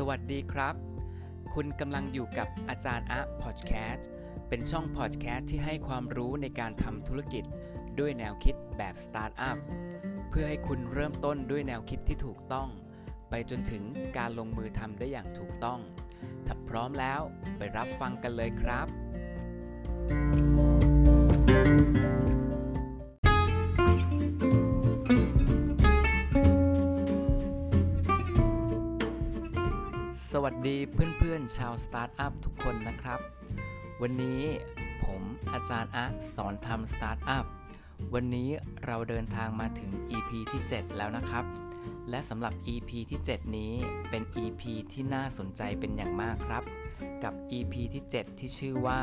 วัสดีครับคุณกำลังอยู่กับอาจารย์อะพอดแคสต์เป็นช่องพอดแคสต์ที่ให้ความรู้ในการทำธุรกิจด้วยแนวคิดแบบสตาร์ทอัพเพื่อให้คุณเริ่มต้นด้วยแนวคิดที่ถูกต้องไปจนถึงการลงมือทำได้อย่างถูกต้องถ้าพร้อมแล้วไปรับฟังกันเลยครับสวัสดีเพื่อนๆชาวสตาร์ทอัพทุกคนนะครับวันนี้ผมอาจารย์อะสอนทำสตาร์ทอัพวันนี้เราเดินทางมาถึง EP ที่7แล้วนะครับและสำหรับ EP ที่7นี้เป็น EP ที่น่าสนใจเป็นอย่างมากครับกับ EP ที่7ที่ชื่อว่า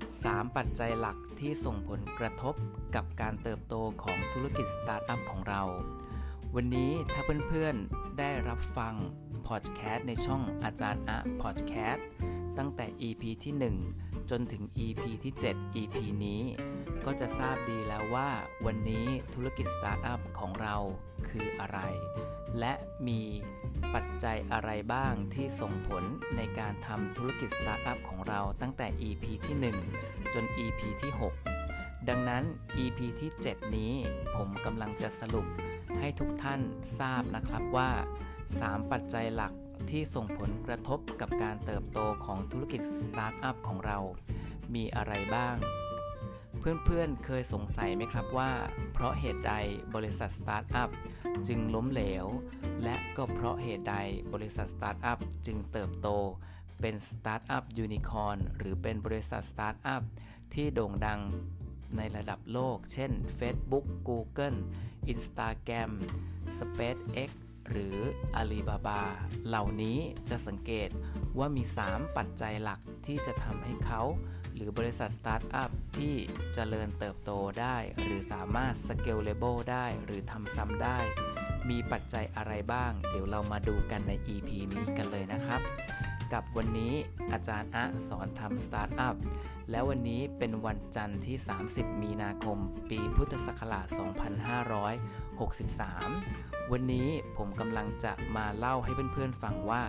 3ปัจจัยหลักที่ส่งผลกระทบกับการเติบโตของธุรกิจสตาร์ทอัพของเราวันนี้ถ้าเพื่อนๆได้รับฟังพอดแคสต์ในช่องอาจารย์อะพอดแคสต์ตั้งแต่ EP ที่1จนถึง EP ที่7 EP นี้ก็จะทราบดีแล้วว่าวันนี้ธุรกิจสตาร์ทอัพของเราคืออะไรและมีปัจจัยอะไรบ้างที่ส่งผลในการทำธุรกิจสตาร์ทอัพของเราตั้งแต่ EP ที่1จน EP ที่6ดังนั้น EP ที่7นี้ผมกำลังจะสรุปให้ทุกท่านทราบนะครับว่า3ปัจจัยหลักที่ส่งผลกระทบกับการเติบโตของธุรกิจสตาร์ทอัพของเรามีอะไรบ้างเพื่อนๆเคยสงสัยไหมครับว่าเพราะเหตุใดบริษัทสตาร์ทอัพจึงล้มเหลวและก็เพราะเหตุใดบริษัทสตาร์ทอัพจึงเติบโตเป็นสตาร์ทอัพยูนิคอร์นหรือเป็นบริษัทสตาร์ทอัพที่โด่งดังในระดับโลกเช่น Facebook Google Instagram SpaceX หรือ Alibaba เหล่านี้จะสังเกตว่ามี3ปัจจัยหลักที่จะทำให้เขาหรือบริษัทสตาร์ทอัพที่เจริญเติบโตได้หรือสามารถ scalable ได้หรือทำซ้ำได้มีปัจจัยอะไรบ้างเดี๋ยวเรามาดูกันใน EP นี้กันเลยนะครับกับวันนี้อาจารย์อะสอนทำสตาร์ทอัพและวันนี้เป็นวันจันทร์ที่30มีนาคมปีพุทธศักราช2563วันนี้ผมกำลังจะมาเล่าให้เพื่อนๆฟังว่า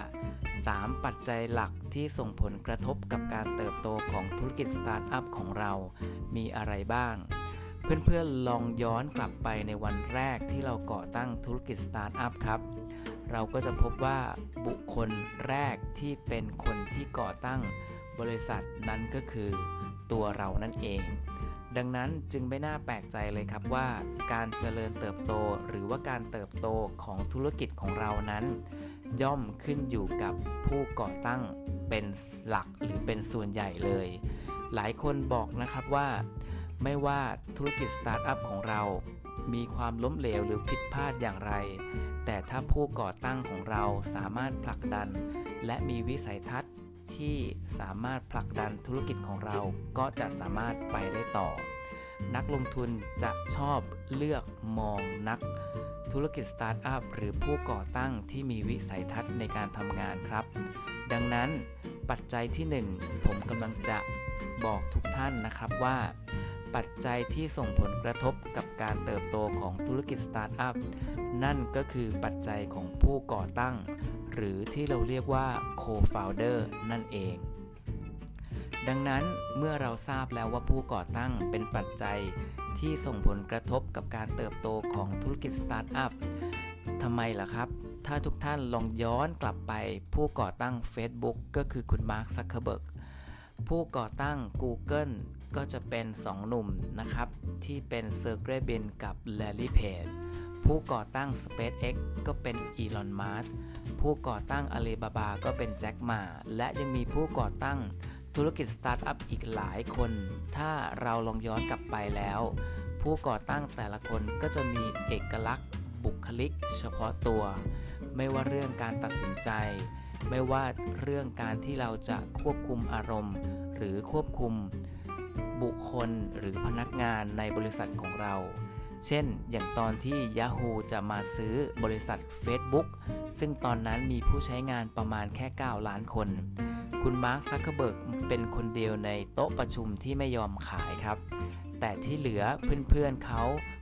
3ปัจจัยหลักที่ส่งผลกระทบกับการเติบโตของธุรกิจสตาร์ทอัพของเรามีอะไรบ้างเพื่อนๆลองย้อนกลับไปในวันแรกที่เราก่อตั้งธุรกิจสตาร์ทอัพครับเราก็จะพบว่าบุคคลแรกที่เป็นคนที่ก่อตั้งบริษัทนั้นก็คือตัวเรานั่นเองดังนั้นจึงไม่น่าแปลกใจเลยครับว่าการเจริญเติบโตหรือว่าการเติบโตของธุรกิจของเรานั้นย่อมขึ้นอยู่กับผู้ก่อตั้งเป็นหลักหรือเป็นส่วนใหญ่เลยหลายคนบอกนะครับว่าไม่ว่าธุรกิจสตาร์ทอัพของเรามีความล้มเหลวหรือผิดพลาดอย่างไรแต่ถ้าผู้ก่อตั้งของเราสามารถผลักดันและมีวิสัยทัศน์ที่สามารถผลักดันธุรกิจของเราก็จะสามารถไปได้ต่อนักลงทุนจะชอบเลือกมองนักธุรกิจสตาร์ทอัพหรือผู้ก่อตั้งที่มีวิสัยทัศน์ในการทำงานครับดังนั้นปัจจัยที่1ผมกำลังจะบอกทุกท่านนะครับว่าปัจจัยที่ส่งผลกระทบกับการเติบโตของธุรกิจสตาร์ทอัพนั่นก็คือปัจจัยของผู้ก่อตั้งหรือที่เราเรียกว่า Co-founder นั่นเองดังนั้นเมื่อเราทราบแล้วว่าผู้ก่อตั้งเป็นปัจจัยที่ส่งผลกระทบกับการเติบโตของธุรกิจสตาร์ทอัพทำไมล่ะครับถ้าทุกท่านลองย้อนกลับไปผู้ก่อตั้ง Facebook ก็คือคุณมาร์ค ซักเคอร์เบิร์กผู้ก่อตั้ง Google ก็จะเป็น2หนุ่มนะครับที่เป็นเซอร์เกรย์บินกับแลร์รี่เพจผู้ก่อตั้ง SpaceX ก็เป็นอีลอน มัสก์ผู้ก่อตั้ง Alibaba ก็เป็นแจ็คหม่าและยังมีผู้ก่อตั้งธุรกิจสตาร์ทอัพอีกหลายคนถ้าเราลองย้อนกลับไปแล้วผู้ก่อตั้งแต่ละคนก็จะมีเอกลักษณ์บุคลิกเฉพาะตัวไม่ว่าเรื่องการตัดสินใจไม่ว่าเรื่องการที่เราจะควบคุมอารมณ์หรือควบคุมบุคคลหรือพนักงานในบริษัทของเราเช่นอย่างตอนที่ Yahoo จะมาซื้อบริษัท Facebook ซึ่งตอนนั้นมีผู้ใช้งานประมาณแค่9ล้านคนคุณมาร์ค ซักเคอร์เบิร์กเป็นคนเดียวในโต๊ะประชุมที่ไม่ยอมขายครับแต่ที่เหลือเพื่อนๆเขา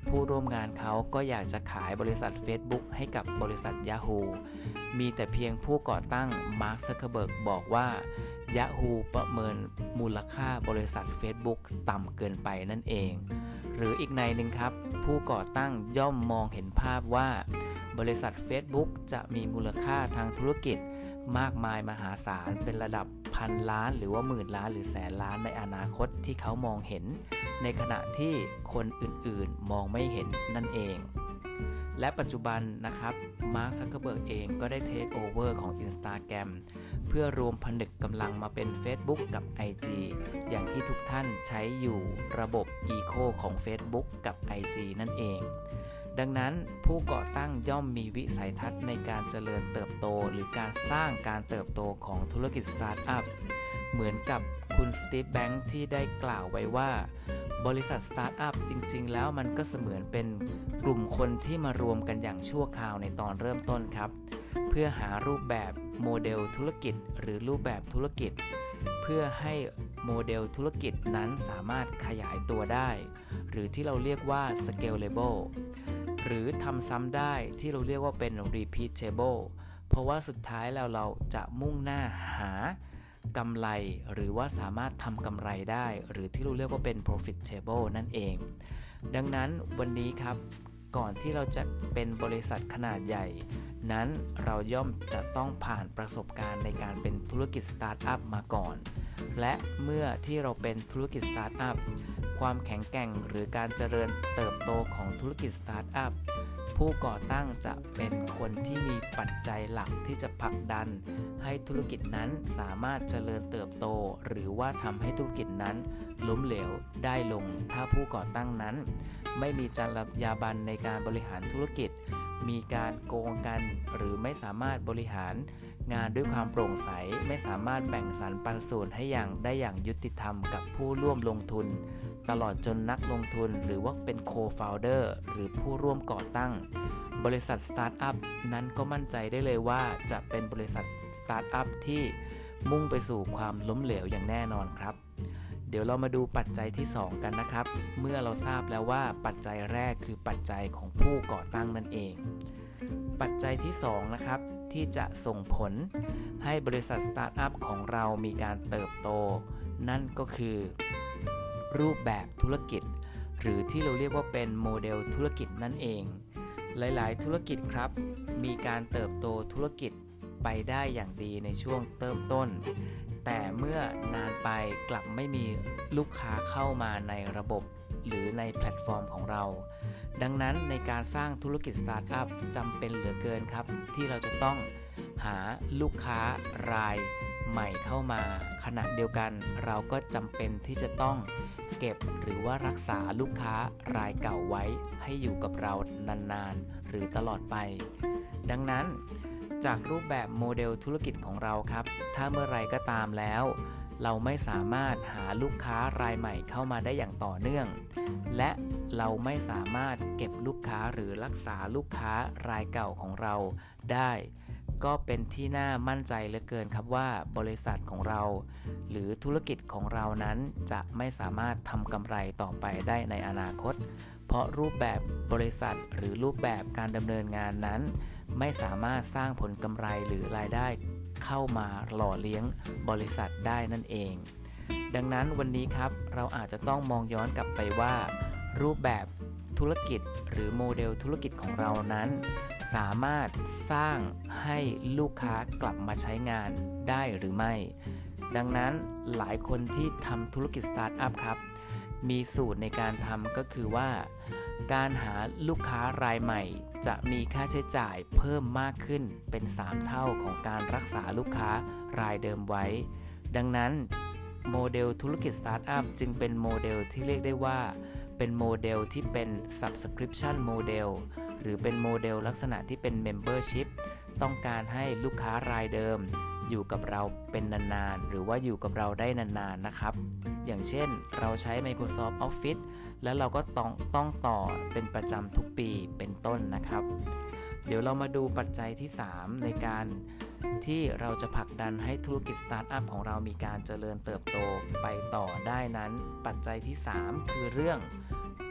ผู้ร่วมงานเขาก็อยากจะขายบริษัท Facebook ให้กับบริษัท Yahoo มีแต่เพียงผู้ก่อตั้งมาร์ค ซักเคอร์เบิร์กบอกว่า Yahoo ประเมินมูลค่าบริษัท Facebook ต่ำเกินไปนั่นเองหรืออีกในหนึ่งครับผู้ก่อตั้งย่อมมองเห็นภาพว่าบริษัท Facebook จะมีมูลค่าทางธุรกิจมากมายมหาศาลเป็นระดับพันล้านหรือว่าหมื่นล้านหรือแสนล้านในอนาคตที่เขามองเห็นในขณะที่คนอื่นๆมองไม่เห็นนั่นเองและปัจจุบันนะครับมาร์ค ซักเคอร์เบิร์กเองก็ได้เทคโอเวอร์ของ Instagram เพื่อรวมผนึกกำลังมาเป็น Facebook กับ IG อย่างที่ทุกท่านใช้อยู่ระบบ Eco ของ Facebook กับ IG นั่นเองดังนั้นผู้ก่อตั้งย่อมมีวิสัยทัศน์ในการเจริญเติบโตหรือการสร้างการเติบโตของธุรกิจสตาร์ทอัพเหมือนกับคุณสตีฟ แบงค์ที่ได้กล่าวไว้ว่าบริษัทสตาร์ทอัพจริงๆแล้วมันก็เสมือนเป็นกลุ่มคนที่มารวมกันอย่างชั่วคราวในตอนเริ่มต้นครับเพื่อหารูปแบบโมเดลธุรกิจหรือรูปแบบธุรกิจเพื่อให้โมเดลธุรกิจนั้นสามารถขยายตัวได้หรือที่เราเรียกว่า scalable หรือทำซ้ำได้ที่เราเรียกว่าเป็น repeatable เพราะว่าสุดท้ายแล้วเราจะมุ่งหน้าหากำไรหรือว่าสามารถทำกำไรได้หรือที่เราเรียกว่าเป็น profitable นั่นเองดังนั้นวันนี้ครับก่อนที่เราจะเป็นบริษัทขนาดใหญ่นั้นเราย่อมจะต้องผ่านประสบการณ์ในการเป็นธุรกิจสตาร์ทอัพมาก่อนและเมื่อที่เราเป็นธุรกิจสตาร์ทอัพความแข็งแกร่งหรือการเจริญเติบโตของธุรกิจสตาร์ทอัพผู้ก่อตั้งจะเป็นคนที่มีปัจจัยหลักที่จะผลักดันให้ธุรกิจนั้นสามารถเจริญเติบโตหรือว่าทำให้ธุรกิจนั้นล้มเหลวได้ลงถ้าผู้ก่อตั้งนั้นไม่มีจรรยาบรรณในการบริหารธุรกิจมีการโกงกันหรือไม่สามารถบริหารงานด้วยความโปร่งใสไม่สามารถแบ่งสรรปันส่วนให้อย่างยุติธรรมกับผู้ร่วมลงทุนตลอดจนนักลงทุนหรือว่าเป็นโคฟาวเดอร์หรือผู้ร่วมก่อตั้งบริษัทสตาร์ทอัพนั้นก็มั่นใจได้เลยว่าจะเป็นบริษัทสตาร์ทอัพที่มุ่งไปสู่ความล้มเหลวอย่างแน่นอนครับเดี๋ยวเรามาดูปัจจัยที่2กันนะครับเมื่อเราทราบแล้วว่าปัจจัยแรกคือปัจจัยของผู้ก่อตั้งนั่นเองปัจจัยที่2นะครับที่จะส่งผลให้บริษัทสตาร์ทอัพของเรามีการเติบโตนั่นก็คือรูปแบบธุรกิจหรือที่เราเรียกว่าเป็นโมเดลธุรกิจนั่นเองหลายๆธุรกิจครับมีการเติบโตธุรกิจไปได้อย่างดีในช่วงเริ่มต้นแต่เมื่อนานไปกลับไม่มีลูกค้าเข้ามาในระบบหรือในแพลตฟอร์มของเราดังนั้นในการสร้างธุรกิจสตาร์ทอัพจำเป็นเหลือเกินครับที่เราจะต้องหาลูกค้ารายใหม่เข้ามาขณะเดียวกันเราก็จำเป็นที่จะต้องเก็บหรือว่ารักษาลูกค้ารายเก่าไว้ให้อยู่กับเรานานๆหรือตลอดไปดังนั้นจากรูปแบบโมเดลธุรกิจของเราครับถ้าเมื่อไรก็ตามแล้วเราไม่สามารถหาลูกค้ารายใหม่เข้ามาได้อย่างต่อเนื่องและเราไม่สามารถเก็บลูกค้าหรือรักษาลูกค้ารายเก่าของเราได้ก็เป็นที่น่ามั่นใจเหลือเกินครับว่าบริษัทของเราหรือธุรกิจของเรานั้นจะไม่สามารถทำกำไรต่อไปได้ในอนาคตเพราะรูปแบบบริษัทหรือรูปแบบการดำเนินงานนั้นไม่สามารถสร้างผลกำไรหรือรายได้เข้ามาหล่อเลี้ยงบริษัทได้นั่นเองดังนั้นวันนี้ครับเราอาจจะต้องมองย้อนกลับไปว่ารูปแบบธุรกิจหรือโมเดลธุรกิจของเรานั้นสามารถสร้างให้ลูกค้ากลับมาใช้งานได้หรือไม่ดังนั้นหลายคนที่ทำธุรกิจสตาร์ทอัพครับมีสูตรในการทำก็คือว่าการหาลูกค้ารายใหม่จะมีค่าใช้จ่ายเพิ่มมากขึ้นเป็น3เท่าของการรักษาลูกค้ารายเดิมไว้ดังนั้นโมเดลธุรกิจสตาร์ทอัพจึงเป็นโมเดลที่เรียกได้ว่าเป็นโมเดลที่เป็น Subscription Model หรือเป็นโมเดลลักษณะที่เป็น Membership ต้องการให้ลูกค้ารายเดิมอยู่กับเราเป็นนานๆหรือว่าอยู่กับเราได้นานๆนะครับอย่างเช่นเราใช้ Microsoft Office แล้วเราก็ต้องต่อเป็นประจำทุกปีเป็นต้นนะครับเดี๋ยวเรามาดูปัจจัยที่3ในการที่เราจะผลักดันให้ธุรกิจสตาร์ทอัพของเรามีการเจริญเติบโตไปต่อได้นั้นปัจจัยที่3คือเรื่อง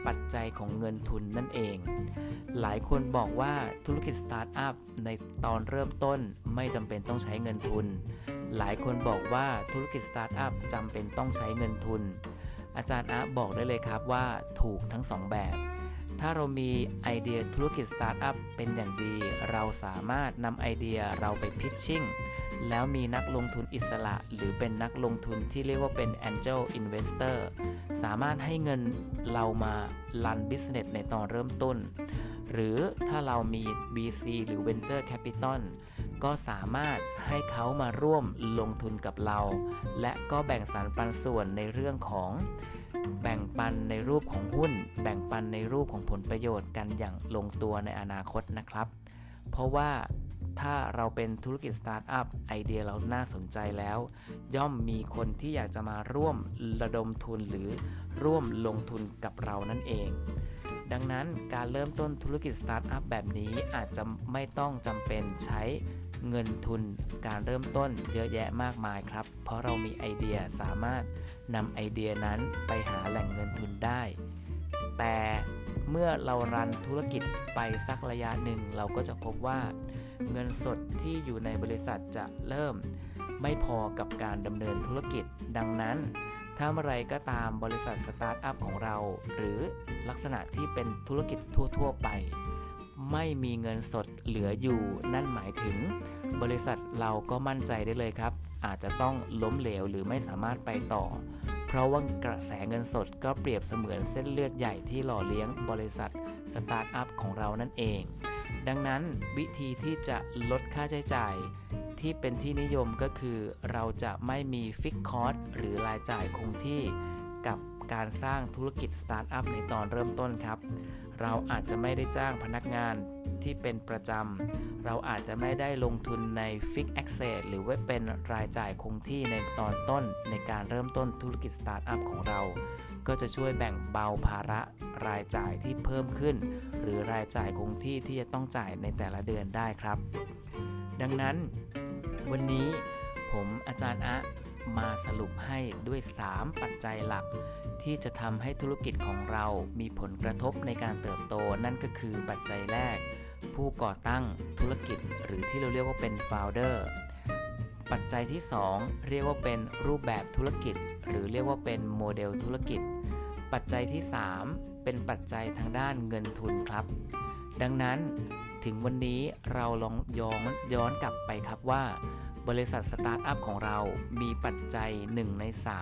ปัจจัยของเงินทุนนั่นเองหลายคนบอกว่าธุรกิจสตาร์ทอัพในตอนเริ่มต้นไม่จำเป็นต้องใช้เงินทุนหลายคนบอกว่าธุรกิจสตาร์ทอัพจำเป็นต้องใช้เงินทุนอาจารย์บอกได้เลยครับว่าถูกทั้ง2แบบถ้าเรามีไอเดียธุรกิจสตาร์ทอัพเป็นอย่างดีเราสามารถนำไอเดียเราไปพิชชิ่งแล้วมีนักลงทุนอิสระหรือเป็นนักลงทุนที่เรียกว่าเป็น Angel Investor สามารถให้เงินเรามารัน Business ในตอนเริ่มต้นหรือถ้าเรามี VC หรือ Venture Capital ก็สามารถให้เขามาร่วมลงทุนกับเราและก็แบ่งสรรปันส่วนในเรื่องของแบ่งปันในรูปของหุ้นแบ่งปันในรูปของผลประโยชน์กันอย่างลงตัวในอนาคตนะครับเพราะว่าถ้าเราเป็นธุรกิจสตาร์ทอัพไอเดียเราน่าสนใจแล้วย่อมมีคนที่อยากจะมาร่วมระดมทุนหรือร่วมลงทุนกับเรานั่นเองดังนั้นการเริ่มต้นธุรกิจสตาร์ทอัพแบบนี้อาจจะไม่ต้องจำเป็นใช้เงินทุนการเริ่มต้นเยอะแยะมากมายครับเพราะเรามีไอเดียสามารถนำไอเดียนั้นไปหาแหล่งเงินทุนได้แต่เมื่อเรารันธุรกิจไปสักระยะหนึ่งเราก็จะพบว่าเงินสดที่อยู่ในบริษัทจะเริ่มไม่พอกับการดำเนินธุรกิจดังนั้นถ้าเมื่อไรก็ตามบริษัทสตาร์ทอัพของเราหรือลักษณะที่เป็นธุรกิจทั่วๆไปไม่มีเงินสดเหลืออยู่นั่นหมายถึงบริษัทเราก็มั่นใจได้เลยครับอาจจะต้องล้มเหลวหรือไม่สามารถไปต่อเพราะว่ากระแสเงินสดก็เปรียบเสมือนเส้นเลือดใหญ่ที่หล่อเลี้ยงบริษัทสตาร์ทอัพของเรานั่นเองดังนั้นวิธีที่จะลดค่าใช้จ่ายที่เป็นที่นิยมก็คือเราจะไม่มีฟิกคอสหรือรายจ่ายคงที่กับการสร้างธุรกิจสตาร์ทอัพในตอนเริ่มต้นครับเราอาจจะไม่ได้จ้างพนักงานที่เป็นประจำเราอาจจะไม่ได้ลงทุนในฟิกแอคเซสหรือว่าเป็นรายจ่ายคงที่ในตอนต้นในการเริ่มต้นธุรกิจสตาร์ทอัพของเราก็จะช่วยแบ่งเบาภาระรายจ่ายที่เพิ่มขึ้นหรือรายจ่ายคงที่ที่จะต้องจ่ายในแต่ละเดือนได้ครับดังนั้นวันนี้ผมอาจารย์มาสรุปให้ด้วย3ปัจจัยหลักที่จะทำให้ธุรกิจของเรามีผลกระทบในการเติบโตนั่นก็คือปัจจัยแรกผู้ก่อตั้งธุรกิจหรือที่เราเรียกว่าเป็น founder ปัจจัยที่2เรียกว่าเป็นรูปแบบธุรกิจหรือเรียกว่าเป็นโมเดลธุรกิจปัจจัยที่3เป็นปัจจัยทางด้านเงินทุนครับดังนั้นถึงวันนี้เราลองย้อนกลับไปครับว่าบริษัทสตาร์ทอัพของเรามีปัจจัย1ใน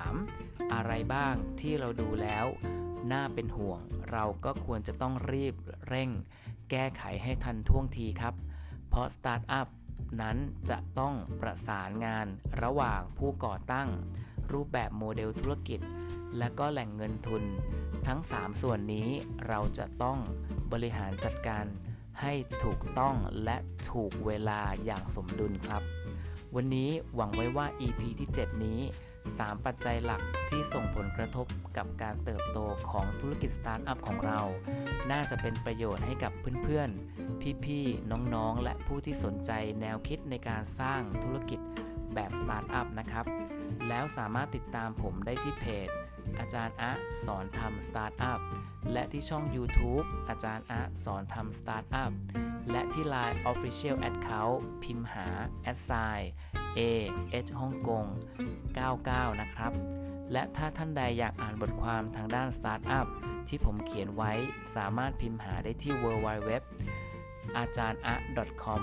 3อะไรบ้างที่เราดูแล้วน่าเป็นห่วงเราก็ควรจะต้องรีบเร่งแก้ไขให้ทันท่วงทีครับเพราะสตาร์ทอัพนั้นจะต้องประสานงานระหว่างผู้ก่อตั้งรูปแบบโมเดลธุรกิจและก็แหล่งเงินทุนทั้ง3ส่วนนี้เราจะต้องบริหารจัดการให้ถูกต้องและถูกเวลาอย่างสมดุลครับวันนี้หวังไว้ว่า EP ที่ 7 นี้3ปัจจัยหลักที่ส่งผลกระทบกับการเติบโตของธุรกิจสตาร์ทอัพของเราน่าจะเป็นประโยชน์ให้กับเพื่อนๆพี่ๆน้องๆและผู้ที่สนใจแนวคิดในการสร้างธุรกิจแบบสตาร์ทอัพนะครับแล้วสามารถติดตามผมได้ที่เพจอาจารย์สอนทำสตาร์ทอัพและที่ช่อง YouTube อาจารย์สอนทำสตาร์ทอัพและที่ LINE Official Account พิมพ์หา @ฮ่องกง99นะครับและถ้าท่านใดอยากอ่านบทความทางด้านสตาร์ทอัพที่ผมเขียนไว้สามารถพิมพ์หาได้ที่ www อาจารย์.com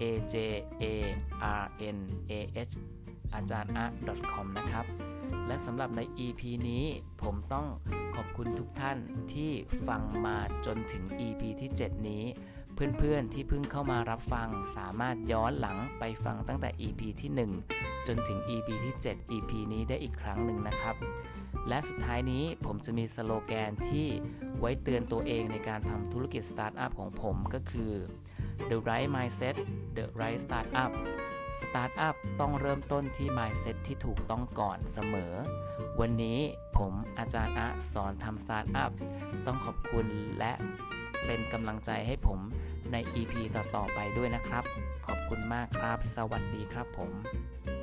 AJARNAH อาจารย์.com นะครับและสำหรับใน EP นี้ผมต้องขอบคุณทุกท่านที่ฟังมาจนถึง EP ที่ 7 นี้เพื่อนๆที่เพิ่งเข้ามารับฟังสามารถย้อนหลังไปฟังตั้งแต่ EP ที่ 1 จนถึง EP ที่ 7 EP นี้ได้อีกครั้งหนึ่งนะครับและสุดท้ายนี้ผมจะมีสโลแกนที่ไว้เตือนตัวเองในการทำธุรกิจสตาร์ทอัพของผมก็คือ The right mindset The right startup สตาร์ทอัพต้องเริ่มต้นที่ mindset ที่ถูกต้องก่อนเสมอวันนี้ผมอาจารย์สอนทำสตาร์ทอัพต้องขอบคุณและเป็นกำลังใจให้ผมใน EP ต่อๆไปด้วยนะครับขอบคุณมากครับสวัสดีครับผม